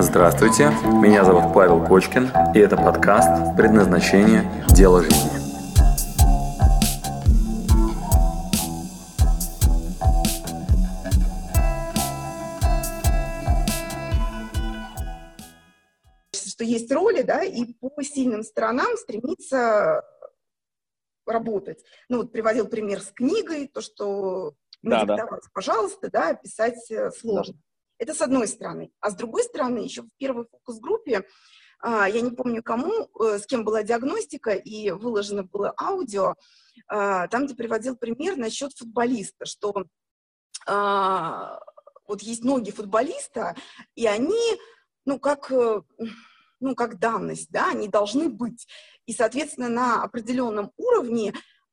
Здравствуйте, меня зовут Павел Кочкин, и это подкаст «Предназначение. Дело жизни». Что есть роли, да, и по сильным сторонам стремиться работать. Ну, вот приводил пример с книгой, то, что надиктовать, пожалуйста, да, писать сложно. Да. Это с одной стороны. А с другой стороны, еще в первой фокус-группе, я не помню кому, с кем была диагностика, и выложено было аудио, там, где приводил пример насчет футболиста, что вот есть ноги футболиста, и они, как данность, да, они должны быть. И, соответственно, на определенном уровне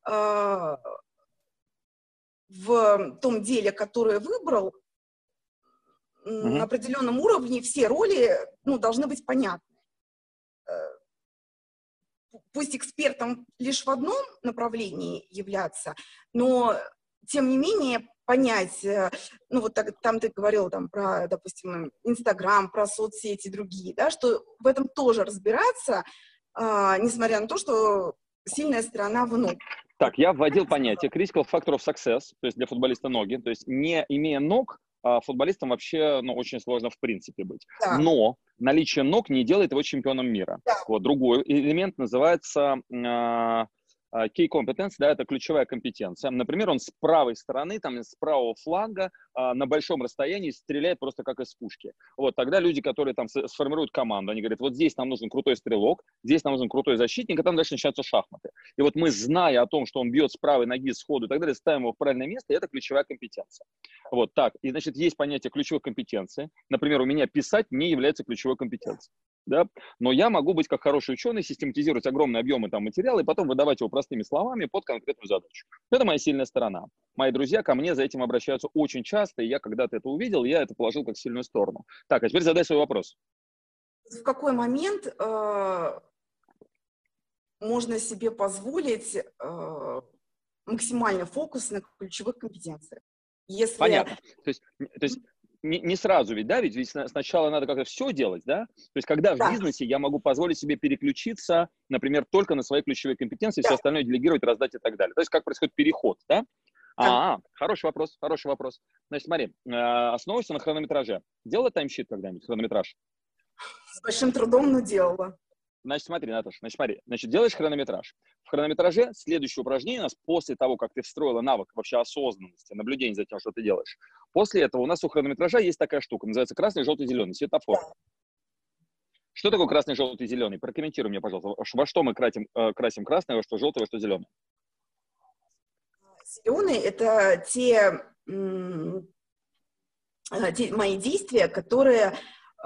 в том деле, которое выбрал, на определенном уровне все роли, должны быть понятны. Пусть экспертом лишь в одном направлении являться, но, тем не менее, понять, там ты говорил про, допустим, Инстаграм, про соцсети другие, да, что в этом тоже разбираться, несмотря на то, что сильная сторона в ног. Так, я вводил понятие critical factor of success, то есть для футболиста ноги, то есть не имея ног, футболистам вообще очень сложно в принципе быть. Да. Но наличие ног не делает его чемпионом мира. Да. Вот другой элемент называется key competence, да, это ключевая компетенция. Например, он с правой стороны, с правого фланга на большом расстоянии стреляет просто как из пушки. Вот тогда люди, которые сформируют команду, они говорят, вот здесь нам нужен крутой стрелок, здесь нам нужен крутой защитник, и там дальше начинаются шахматы. И вот мы, зная о том, что он бьет с правой ноги сходу и так далее, ставим его в правильное место, и это ключевая компетенция. Вот так. И, значит, есть понятие ключевой компетенции. Например, у меня писать не является ключевой компетенцией. Да? Но я могу быть как хороший ученый, систематизировать огромные объемы материала и потом выдавать его простыми словами под конкретную задачу. Это моя сильная сторона. Мои друзья ко мне за этим обращаются очень часто, и я когда-то это увидел, я это положил как сильную сторону. Так, а теперь задай свой вопрос. В какой момент можно себе позволить максимальный фокус на ключевых компетенциях? Если... Понятно. То есть не сразу ведь, да, ведь сначала надо как-то все делать, да? То есть когда в бизнесе я могу позволить себе переключиться, например, только на свои ключевые компетенции, все остальное делегировать, раздать и так далее. То есть как происходит переход, да? Хороший вопрос. Значит, смотри, основывайся на хронометраже. Делала таймшит когда-нибудь, хронометраж? С большим трудом, но делала. Значит, смотри, Наташа, делаешь хронометраж. В хронометраже следующее упражнение у нас после того, как ты встроила навык вообще осознанности, наблюдения за тем, что ты делаешь. После этого у нас у хронометража есть такая штука, называется красный, желтый, зеленый, светофор. Да. Что такое красный, желтый, зеленый? Прокомментируй мне, пожалуйста, во что мы красим красное, во что желтое, во что зеленое. Зеленый – это те мои действия, которые...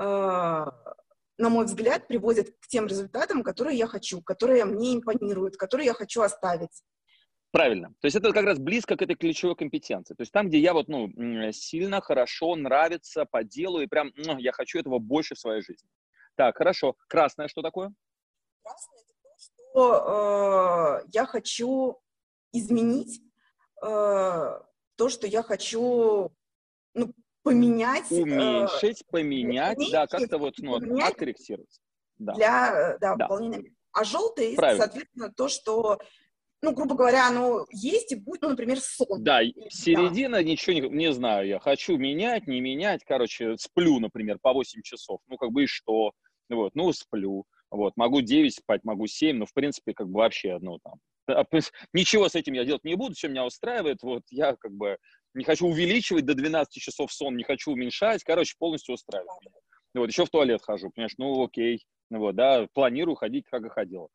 на мой взгляд, приводят к тем результатам, которые я хочу, которые мне импонируют, которые я хочу оставить. Правильно. То есть это как раз близко к этой ключевой компетенции. То есть там, где я сильно, хорошо, нравится, по делу, и прям я хочу этого больше в своей жизни. Так, хорошо. Красное что такое? Красное – это то, что я хочу изменить, то, что я хочу поменять. Уменьшить, поменять, как-то откорректировать. Для выполнения. А желтый, соответственно, то, что, грубо говоря, оно есть и будет, например, сон. Да, середина, ничего не знаю я. Хочу менять, не менять, сплю, например, по 8 часов. И что? Сплю. Могу 9 спать, могу 7, в принципе, вообще, ничего с этим я делать не буду, все меня устраивает, я не хочу увеличивать до 12 часов сон, не хочу уменьшать, полностью устраивает меня. Еще в туалет хожу, понимаешь, окей, планирую ходить, как и ходил.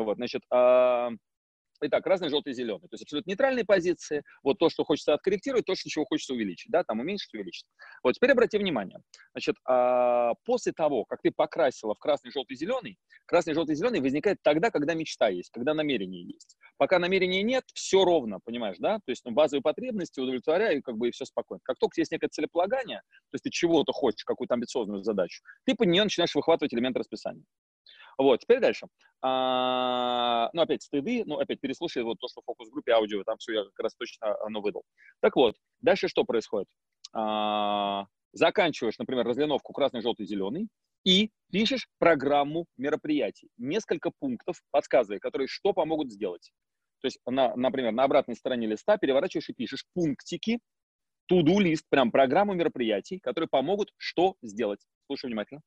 Итак, красный, желтый, зеленый. То есть абсолютно нейтральные позиции. То, что хочется откорректировать, то, чего хочется увеличить. Да, уменьшить, увеличить. Теперь обрати внимание. После того, как ты покрасила в красный, желтый, зеленый возникает тогда, когда мечта есть, когда намерение есть. Пока намерения нет, все ровно, понимаешь, да? То есть базовые потребности удовлетворяю, и все спокойно. Как только есть некое целеполагание, то есть ты чего-то хочешь, какую-то амбициозную задачу, ты под нее начинаешь выхватывать элементы расписания. Теперь дальше. Опять стыды, опять переслушай то, что в фокус-группе аудио, там все я как раз точно выдал. Так дальше что происходит? Заканчиваешь, например, разлиновку красный, желтый, зеленый, и пишешь программу мероприятий. Несколько пунктов подсказывай, которые что помогут сделать. То есть, например, на обратной стороне листа переворачиваешь и пишешь пунктики, to-do лист, прям программу мероприятий, которые помогут что сделать. Слушай внимательно.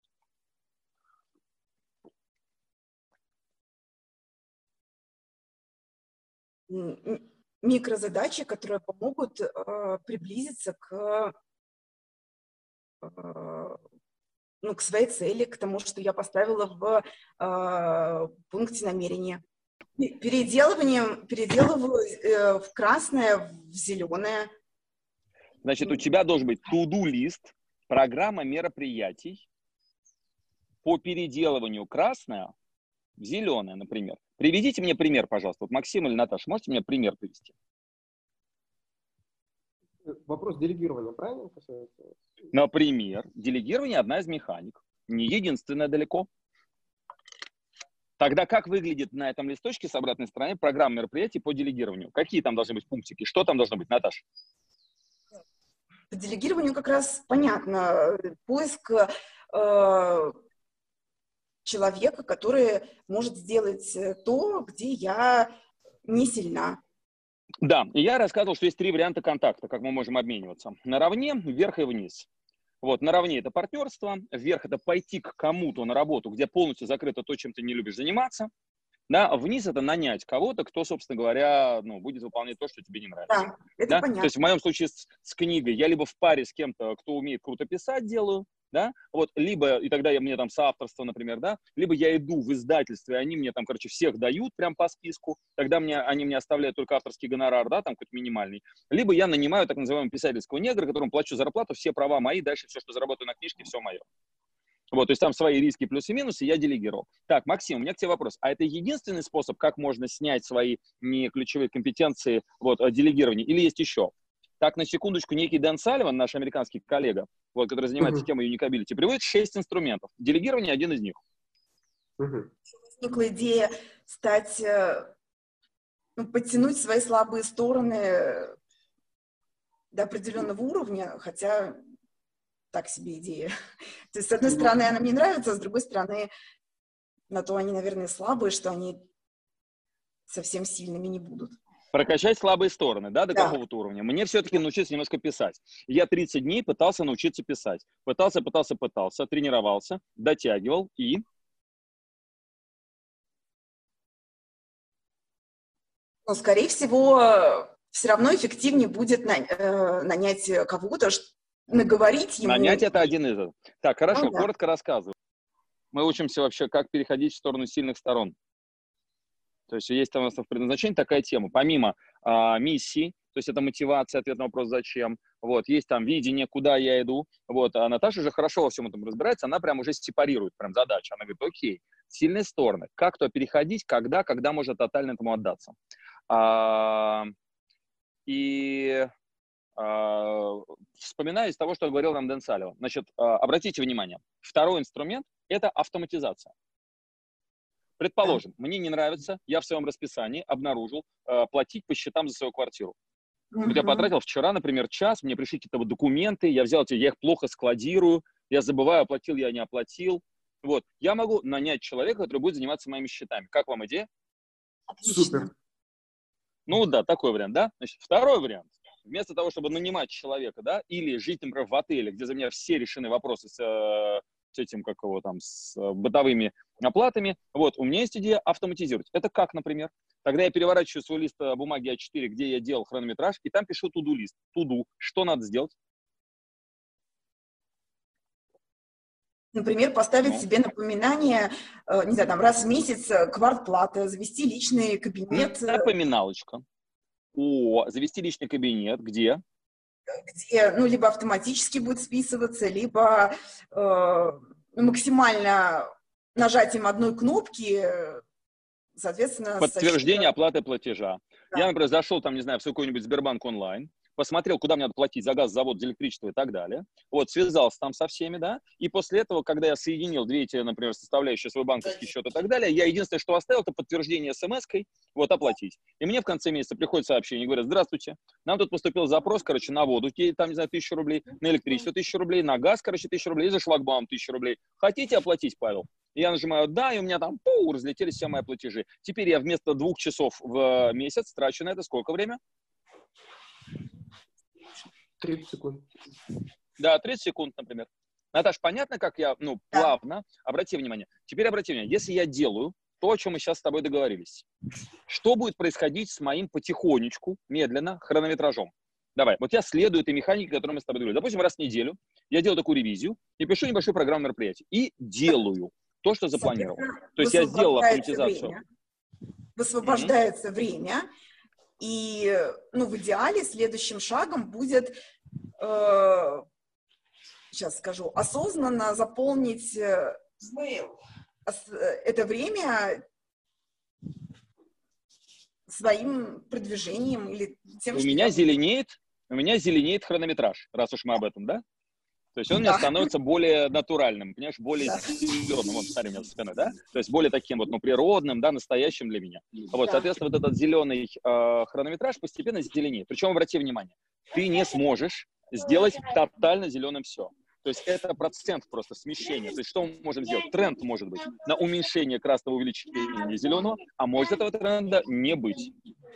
Микрозадачи, которые помогут приблизиться к своей цели, к тому, что я поставила в пункте намерения. Переделываю в красное, в зеленое. Значит, у тебя должен быть to-do лист, программа мероприятий по переделыванию красное в зеленое, например. Приведите мне пример, пожалуйста. Вот Максим или Наташа, можете мне пример привести? Вопрос делегирования, правильно? Например, делегирование одна из механик. Не единственная далеко. Тогда как выглядит на этом листочке с обратной стороны программа мероприятий по делегированию? Какие там должны быть пунктики? Что там должно быть, Наташа? По делегированию как раз понятно. Поиск человека, который может сделать то, где я не сильна. Да, и я рассказывал, что есть 3 варианта контакта, как мы можем обмениваться. Наравне, вверх и вниз. Вот, наравне это партнерство, вверх это пойти к кому-то на работу, где полностью закрыто то, чем ты не любишь заниматься. Да, вниз это нанять кого-то, кто, собственно говоря, будет выполнять то, что тебе не нравится. Да, это понятно. То есть в моем случае с книгой я либо в паре с кем-то, кто умеет круто писать, делаю, да, вот, либо, и тогда мне там соавторство, например, да, либо я иду в издательство, и они мне там, короче, всех дают прям по списку, тогда они мне оставляют только авторский гонорар, да, там какой-то минимальный, либо я нанимаю так называемого писательского негра, которому плачу зарплату, все права мои, дальше все, что заработаю на книжке, все мое. Вот, то есть там свои риски, плюсы и минусы, я делегировал. Так, Максим, у меня к тебе вопрос. А это единственный способ, как можно снять свои неключевые компетенции, вот, делегирования, или есть еще? Так, на секундочку, некий Дэн Салливан, наш американский коллега, вот, который занимается темой юникабилити, приводит 6 инструментов. Делегирование – один из них. Возникла идея стать, подтянуть свои слабые стороны до определенного уровня, хотя так себе идея. То есть, с одной стороны, она мне нравится, а с другой стороны, на то они, наверное, слабые, что они совсем сильными не будут. Прокачать слабые стороны, да, до какого-то уровня. Мне все-таки научиться немножко писать. Я 30 дней пытался научиться писать. Пытался, тренировался, дотягивал и... Но, скорее всего, все равно эффективнее будет нанять кого-то, наговорить ему. Нанять это один из... Так, хорошо, коротко рассказываю. Мы учимся вообще, как переходить в сторону сильных сторон. То есть есть там у нас в предназначении такая тема. Помимо миссии, то есть это мотивация, ответ на вопрос «зачем?», вот, есть там видение, куда я иду, вот, а Наташа же хорошо во всем этом разбирается, она прям уже сепарирует прям задачу, она говорит: окей, сильные стороны, как то переходить, когда можно тотально этому отдаться. Вспоминаю из того, что говорил нам Дэн Салливан. Значит, обратите внимание, второй инструмент – это автоматизация. Предположим, мне не нравится, я в своем расписании обнаружил платить по счетам за свою квартиру. Вот я потратил вчера, например, час, мне пришли какие-то документы, я взял эти, я их плохо складирую, я забываю, оплатил я, не оплатил. Вот, я могу нанять человека, который будет заниматься моими счетами. Как вам идея? Отлично. Ну да, такой вариант, да? Значит, второй вариант. Вместо того, чтобы нанимать человека, да, или жить, например, в отеле, где за меня все решены вопросы с этим, с бытовыми оплатами, вот, у меня есть идея автоматизировать. Это как, например? Тогда я переворачиваю свой лист бумаги А4, где я делал хронометраж, и там пишу to-do лист. To-do. Что надо сделать? Например, поставить себе напоминание, не знаю, там, раз в месяц квартплата, завести личный кабинет. Напоминалочка. Завести личный кабинет. Где? Где, либо автоматически будет списываться, либо максимально нажатием одной кнопки, соответственно... Подтверждение оплаты платежа. Да. Я, например, зашел там, не знаю, в какой-нибудь Сбербанк онлайн, посмотрел, куда мне надо платить за газ, за воду, за электричество и так далее. Вот, связался там со всеми, да, и после этого, когда я соединил две эти, например, составляющие свой банковский счет и так далее, я единственное, что оставил, это подтверждение смс-кой, вот, оплатить. И мне в конце месяца приходит сообщение, говорят: здравствуйте, нам тут поступил запрос, короче, на воду, там, не знаю, 1000 рублей, на электричество 1000 рублей, на газ, короче, 1000 рублей, и за шлагбаум 1000 рублей. Хотите оплатить, Павел? Я нажимаю «да», и у меня там разлетелись все мои платежи. Теперь я вместо 2 часов в месяц трачу на это сколько время? 30 секунд. Да, 30 секунд, например. Наташ, понятно, как я, плавно? Обрати внимание. Теперь обрати внимание, если я делаю то, о чем мы сейчас с тобой договорились, что будет происходить с моим потихонечку, медленно, хронометражом? Давай, вот я следую этой механике, которую мы с тобой договорились. Допустим, раз в неделю я делаю такую ревизию и пишу небольшую программу мероприятий. И делаю то, что запланировал. То есть я сделал автоматизацию. Высвобождается время, и, в идеале следующим шагом будет, сейчас скажу, осознанно заполнить это время своим продвижением или тем, что... У меня зеленеет хронометраж, раз уж мы об этом, да? То есть он у меня становится более натуральным, понимаешь, более зеленым, вот, смотри, у меня за спиной, да? То есть более таким вот, природным, да, настоящим для меня. Вот, соответственно, вот этот зеленый хронометраж постепенно зеленеет. Причем, обрати внимание, ты не сможешь сделать тотально зеленым все. То есть это процент просто смещения. То есть что мы можем сделать? Тренд может быть на уменьшение красного, увеличения зеленого, а может этого тренда не быть.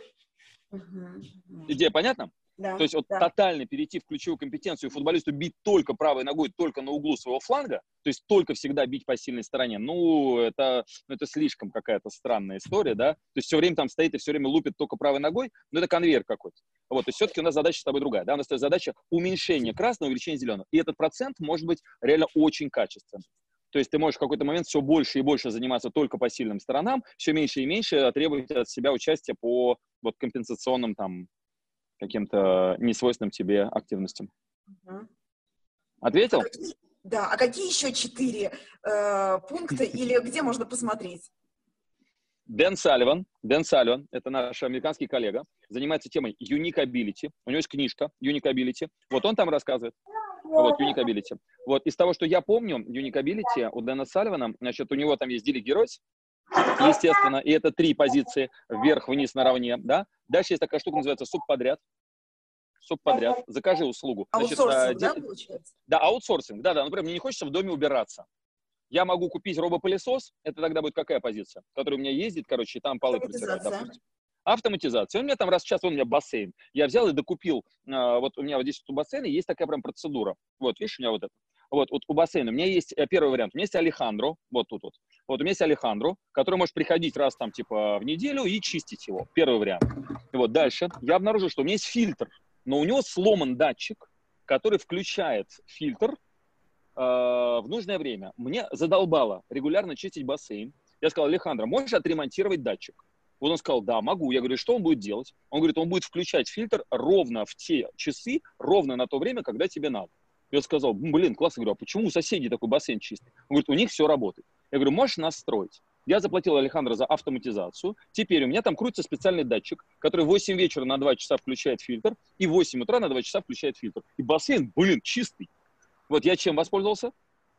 Идея понятна? Да, то есть вот тотально перейти в ключевую компетенцию футболисту бить только правой ногой, только на углу своего фланга, то есть только всегда бить по сильной стороне, это слишком какая-то странная история, да, то есть все время там стоит и все время лупит только правой ногой, это конвейер какой-то. Вот, то есть все-таки у нас задача с тобой другая, да, у нас стоит задача уменьшения красного, увеличения зеленого, и этот процент может быть реально очень качественным. То есть ты можешь в какой-то момент все больше и больше заниматься только по сильным сторонам, все меньше и меньше требовать от себя участия по компенсационным там каким-то несвойственным тебе активностям. Ответил? А какие еще 4 пункта или где можно посмотреть? Дэн Салливан, это наш американский коллега, занимается темой Unique Ability. У него есть книжка Unique Ability. Вот он там рассказывает. Вот, Unique Ability. Вот, из того, что я помню, Unique Ability у Дэна Салливана, значит, у него там есть делегировать, естественно, и это 3 позиции вверх, вниз, наравне, да. Дальше есть такая штука, называется субподряд. Закажи услугу. Аутсорсинг, да, получается? Да, аутсорсинг, да. Например, мне не хочется в доме убираться. Я могу купить робопылесос, это тогда будет какая позиция? Который у меня ездит, и там полы протирает, допустим. Автоматизация. У меня там раз в час, у меня бассейн. Я взял и докупил, вот у меня вот здесь у бассейна есть такая прям процедура. Вот, видишь, у меня вот это. Вот у бассейна у меня есть первый вариант. У меня есть Алехандро, вот тут вот. Вот у меня есть Алехандро, который может приходить раз там типа в неделю и чистить его. Первый вариант. И вот дальше я обнаружил, что у меня есть фильтр, но у него сломан датчик, который включает фильтр в нужное время. Мне задолбало регулярно чистить бассейн. Я сказал: Алехандро, можешь отремонтировать датчик? Вот он сказал: да, могу. Я говорю: что он будет делать? Он говорит: он будет включать фильтр ровно в те часы, ровно на то время, когда тебе надо. Я сказал: блин, классно. Я говорю: а почему у соседей такой бассейн чистый? Он говорит: у них все работает. Я говорю: можешь настроить? Я заплатил Алехандро за автоматизацию. Теперь у меня там крутится специальный датчик, который в 8 вечера на 2 часа включает фильтр, и в 8 утра на 2 часа включает фильтр. И бассейн, чистый. Вот я чем воспользовался?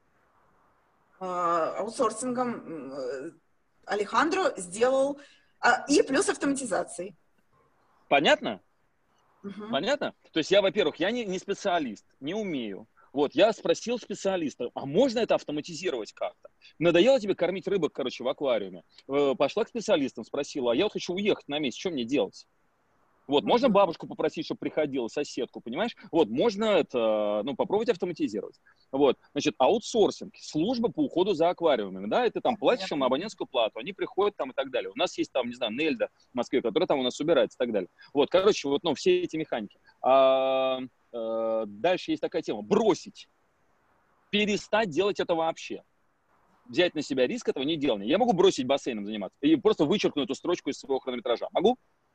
Аутсорсингом Алехандро сделал, и плюс автоматизацией. Понятно? Понятно? То есть я, во-первых, я не специалист, не умею. Вот, я спросил специалиста: а можно это автоматизировать как-то? Надоело тебе кормить рыбок, в аквариуме? Пошла к специалистам, спросила: а я вот хочу уехать на месяц, что мне делать? Вот, можно бабушку попросить, чтобы приходила, соседку, понимаешь? Вот, можно это, попробовать автоматизировать. Вот, значит, аутсорсинг, служба по уходу за аквариумами, да, и ты там платишь им абонентскую плату, они приходят там и так далее. У нас есть там, не знаю, Нельда в Москве, которая там у нас убирается и так далее. Вот, все эти механики. Дальше есть такая тема: бросить, перестать делать это вообще. Взять на себя риск этого неделания. Я могу бросить бассейном заниматься и просто вычеркнуть эту строчку из своего хронометража. Могу?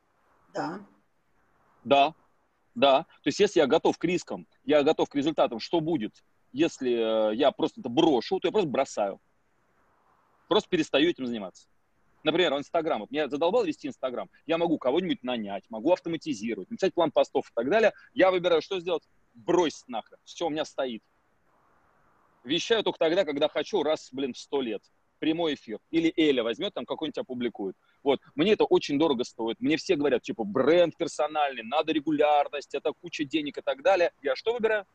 Да. То есть, если я готов к рискам, я готов к результатам, что будет, если я просто это брошу, то я просто бросаю. Просто перестаю этим заниматься. Например, Инстаграм. Вот меня задолбал вести Инстаграм. Я могу кого-нибудь нанять, могу автоматизировать, написать план постов и так далее. Я выбираю, что сделать. Брось нахрен. Все у меня стоит. Вещаю только тогда, когда хочу, раз, в 100 лет. Прямой эфир. Или Эля возьмет, там какой-нибудь опубликует. Вот. Мне это очень дорого стоит. Мне все говорят, типа, бренд персональный, надо регулярность, это куча денег и так далее. Я что выбираю?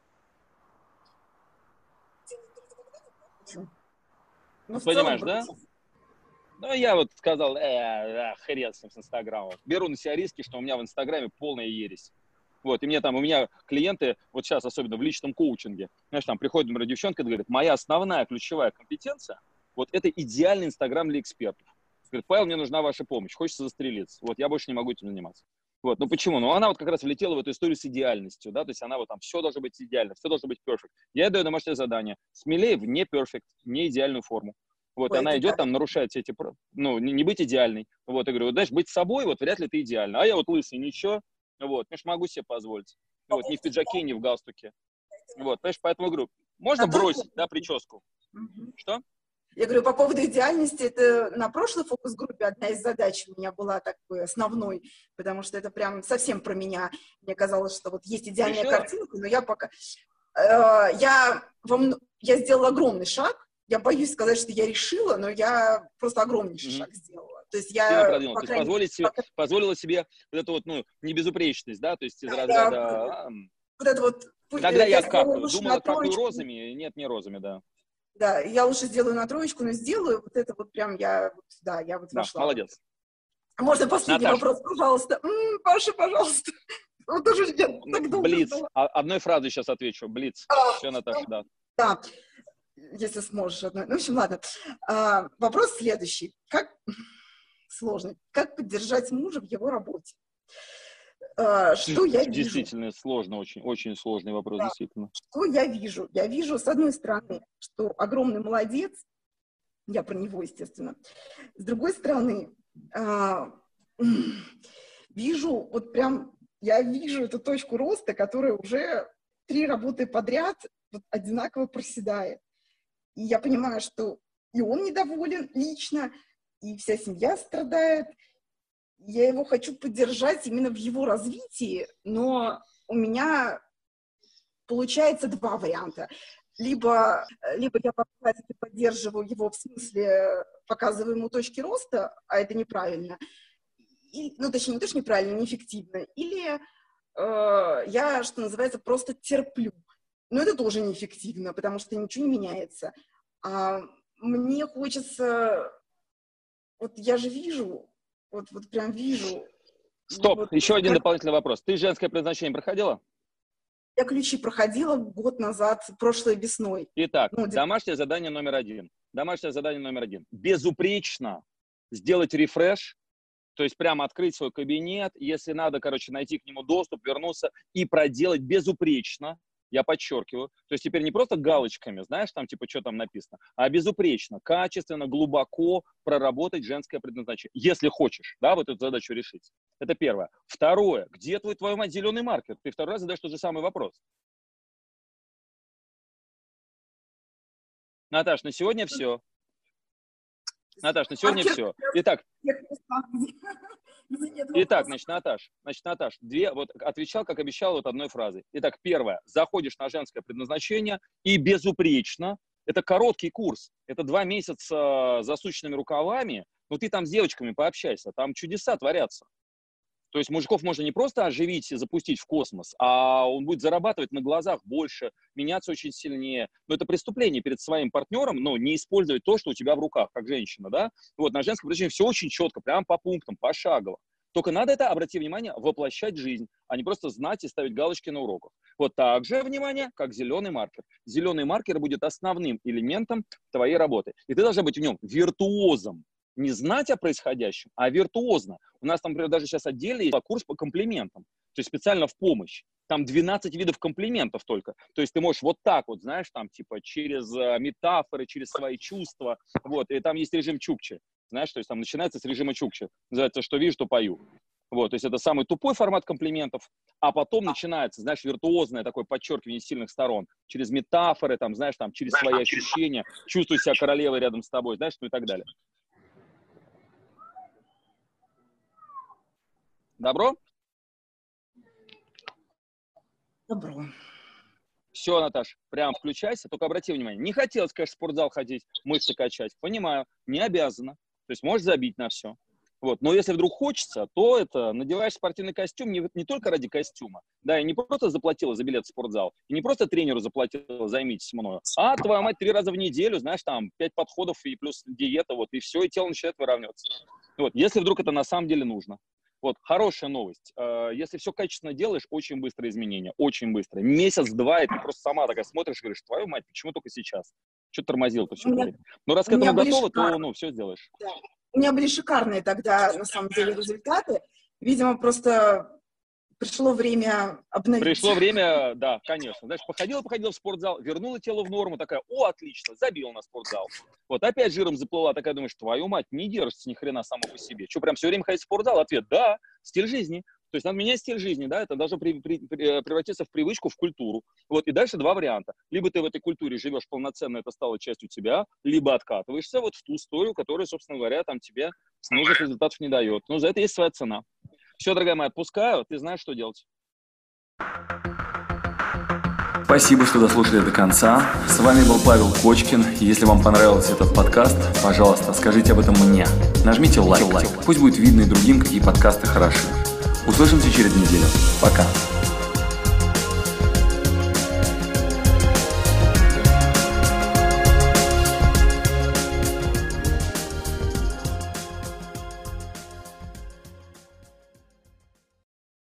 Понимаешь, да? Ну, я вот сказал, хрен с Инстаграмом. Беру на себя риски, что у меня в Инстаграме полная ересь. Вот, и у меня клиенты, вот сейчас, особенно в личном коучинге, знаешь, там приходит, например, девчонка и говорит, моя основная ключевая компетенция, вот это идеальный Инстаграм для экспертов. Говорит, Павел, мне нужна ваша помощь, хочется застрелиться. Вот, я больше не могу этим заниматься. Вот, ну почему? Ну, она вот как раз влетела в эту историю с идеальностью, да, то есть она вот там, все должно быть идеально, все должно быть perfect. Я ей даю домашнее задание, смелее в не perfect, не идеальную форму. Вот, она идет там, нарушает все эти, ну, не быть идеальной. Вот, я говорю, знаешь, быть собой, вот вряд ли ты идеальна. А я вот лысый, ничего. Вот, конечно, могу себе позволить. Вот, ни в пиджаке, ни в галстуке. Вот, понимаешь, поэтому говорю, можно бросить, да, прическу. Что? Я говорю, по поводу идеальности, это на прошлой фокус-группе одна из задач у меня была такой основной, потому что это прям совсем про меня. Мне казалось, что вот есть идеальная картинка, но я пока... Я сделала огромный шаг. Я боюсь сказать, что я решила, но я просто огромнейший шаг сделала. То есть я... позволила себе вот эту вот, ну, небезупречность, да, то есть из разряда... Вот это вот... Иногда я какаю. Думала, какаю розами, нет, не розами, да. Да, я лучше сделаю на 3, но сделаю. Вот это вот прям я вот вошла. Молодец. Можно последний вопрос, пожалуйста? Паша, пожалуйста. Вот тоже я так долго Блиц. ждала. Одной фразой сейчас отвечу. Блиц. Все, Наташа, да. Да, если сможешь одной. Ну, в общем, ладно. Вопрос следующий. Сложный. Как поддержать мужа в его работе? Что я вижу? Действительно сложно, очень, очень сложный вопрос, действительно. Что я вижу? Я вижу, с одной стороны, что огромный молодец, я про него, естественно. С другой стороны, вижу, вот прям, я вижу эту точку роста, которая уже 3 работы подряд вот одинаково проседает. И я понимаю, что и он недоволен лично, и вся семья страдает. Я его хочу поддержать именно в его развитии, но у меня получается 2 варианта. Либо я поддерживаю его в смысле, показываю ему точки роста, а это неправильно, ну, точнее, не то, что неправильно, неэффективно, или я, что называется, просто терплю. Но это тоже неэффективно, потому что ничего не меняется. Мне хочется... Вот я же вижу... Вот прям вижу. Стоп, вот, еще один дополнительный вопрос. Ты женское предназначение проходила? Я ключи проходила год назад, прошлой весной. Итак, домашнее задание номер 1. Домашнее задание номер 1. Безупречно сделать рефреш, то есть прямо открыть свой кабинет, если надо, короче, найти к нему доступ, вернуться и проделать безупречно. Я подчеркиваю. То есть теперь не просто галочками, знаешь, там типа, что там написано, а безупречно, качественно, глубоко проработать женское предназначение. Если хочешь, да, вот эту задачу решить. Это первое. Второе. Где твой мать, зеленый маркер? Ты 2 раз задаешь тот же самый вопрос. Наташ, на сегодня все. Наташ, на сегодня все. Итак, значит, Наташ, вот отвечал, как обещал, вот одной фразой. Итак, первое. Заходишь на женское предназначение и безупречно. Это короткий курс. Это 2 месяца с засученными рукавами. Но ты там с девочками пообщайся. Там чудеса творятся. То есть мужиков можно не просто оживить и запустить в космос, а он будет зарабатывать на глазах больше, меняться очень сильнее. Но это преступление перед своим партнером, но не использовать то, что у тебя в руках, как женщина, да? Вот на женском предназначении все очень четко, прям по пунктам, пошагово. Только надо это, обрати внимание, воплощать в жизнь, а не просто знать и ставить галочки на уроках. Вот так же, внимание, как зеленый маркер. Зеленый маркер будет основным элементом твоей работы. И ты должна быть в нем виртуозом. Не знать о происходящем, а виртуозно. У нас там, например, даже сейчас отдельный курс по комплиментам. То есть специально в помощь. Там 12 видов комплиментов только. То есть ты можешь вот так вот, знаешь, там типа через метафоры, через свои чувства. Вот. И там есть режим Чукчи. Знаешь, то есть там начинается с режима Чукчи. Называется «что вижу, то пою». Вот. То есть это самый тупой формат комплиментов. А потом начинается, знаешь, виртуозное такое подчеркивание сильных сторон. Через метафоры, там, знаешь, там, через свои ощущения. Чувствуй себя королевой рядом с тобой, знаешь, ну и так далее. Добро? Добро. Все, Наташ, прям включайся, только обрати внимание. Не хотелось, конечно, в спортзал ходить, мышцы качать. Понимаю, не обязана. То есть можешь забить на все. Вот. Но если вдруг хочется, то это надеваешь спортивный костюм не только ради костюма. Да, я не просто заплатила за билет в спортзал, и не просто тренеру заплатила, займитесь мною, а твоя мать 3 раза в неделю, знаешь, там 5 подходов и плюс диета, вот, и все, и тело начинает выравниваться. Вот. Если вдруг это на самом деле нужно. Вот, хорошая новость. Если все качественно делаешь, очень быстрое изменение, очень быстро. Месяц-два, и ты просто сама такая смотришь и говоришь, твою мать, почему только сейчас? Что тормозил-то все время? Но раз к этому готова, то все сделаешь. Да. У меня были шикарные тогда, на самом деле, результаты. Видимо, просто пришло время обновить. Пришло время, да, конечно. Знаешь, походила в спортзал, вернула тело в норму, такая, отлично, забила на спортзал. Вот опять жиром заплыла, такая, думаешь, твою мать, не держится ни хрена само по себе. Что, прям все время ходить в спортзал? Ответ, да, стиль жизни. То есть надо менять стиль жизни, да, это должно превратиться в привычку, в культуру. Вот, и дальше 2 варианта. Либо ты в этой культуре живешь полноценно, это стало частью тебя, либо откатываешься вот в ту историю, которая, собственно говоря, там тебе нужных результатов не дает. Но за это есть своя цена. Все, дорогая моя, отпускаю, ты знаешь, что делать. Спасибо, что дослушали до конца. С вами был Павел Кочкин. Если вам понравился этот подкаст, пожалуйста, скажите об этом мне. Нажмите лайк. Пусть будет видно и другим, какие подкасты хороши. Услышимся через неделю. Пока.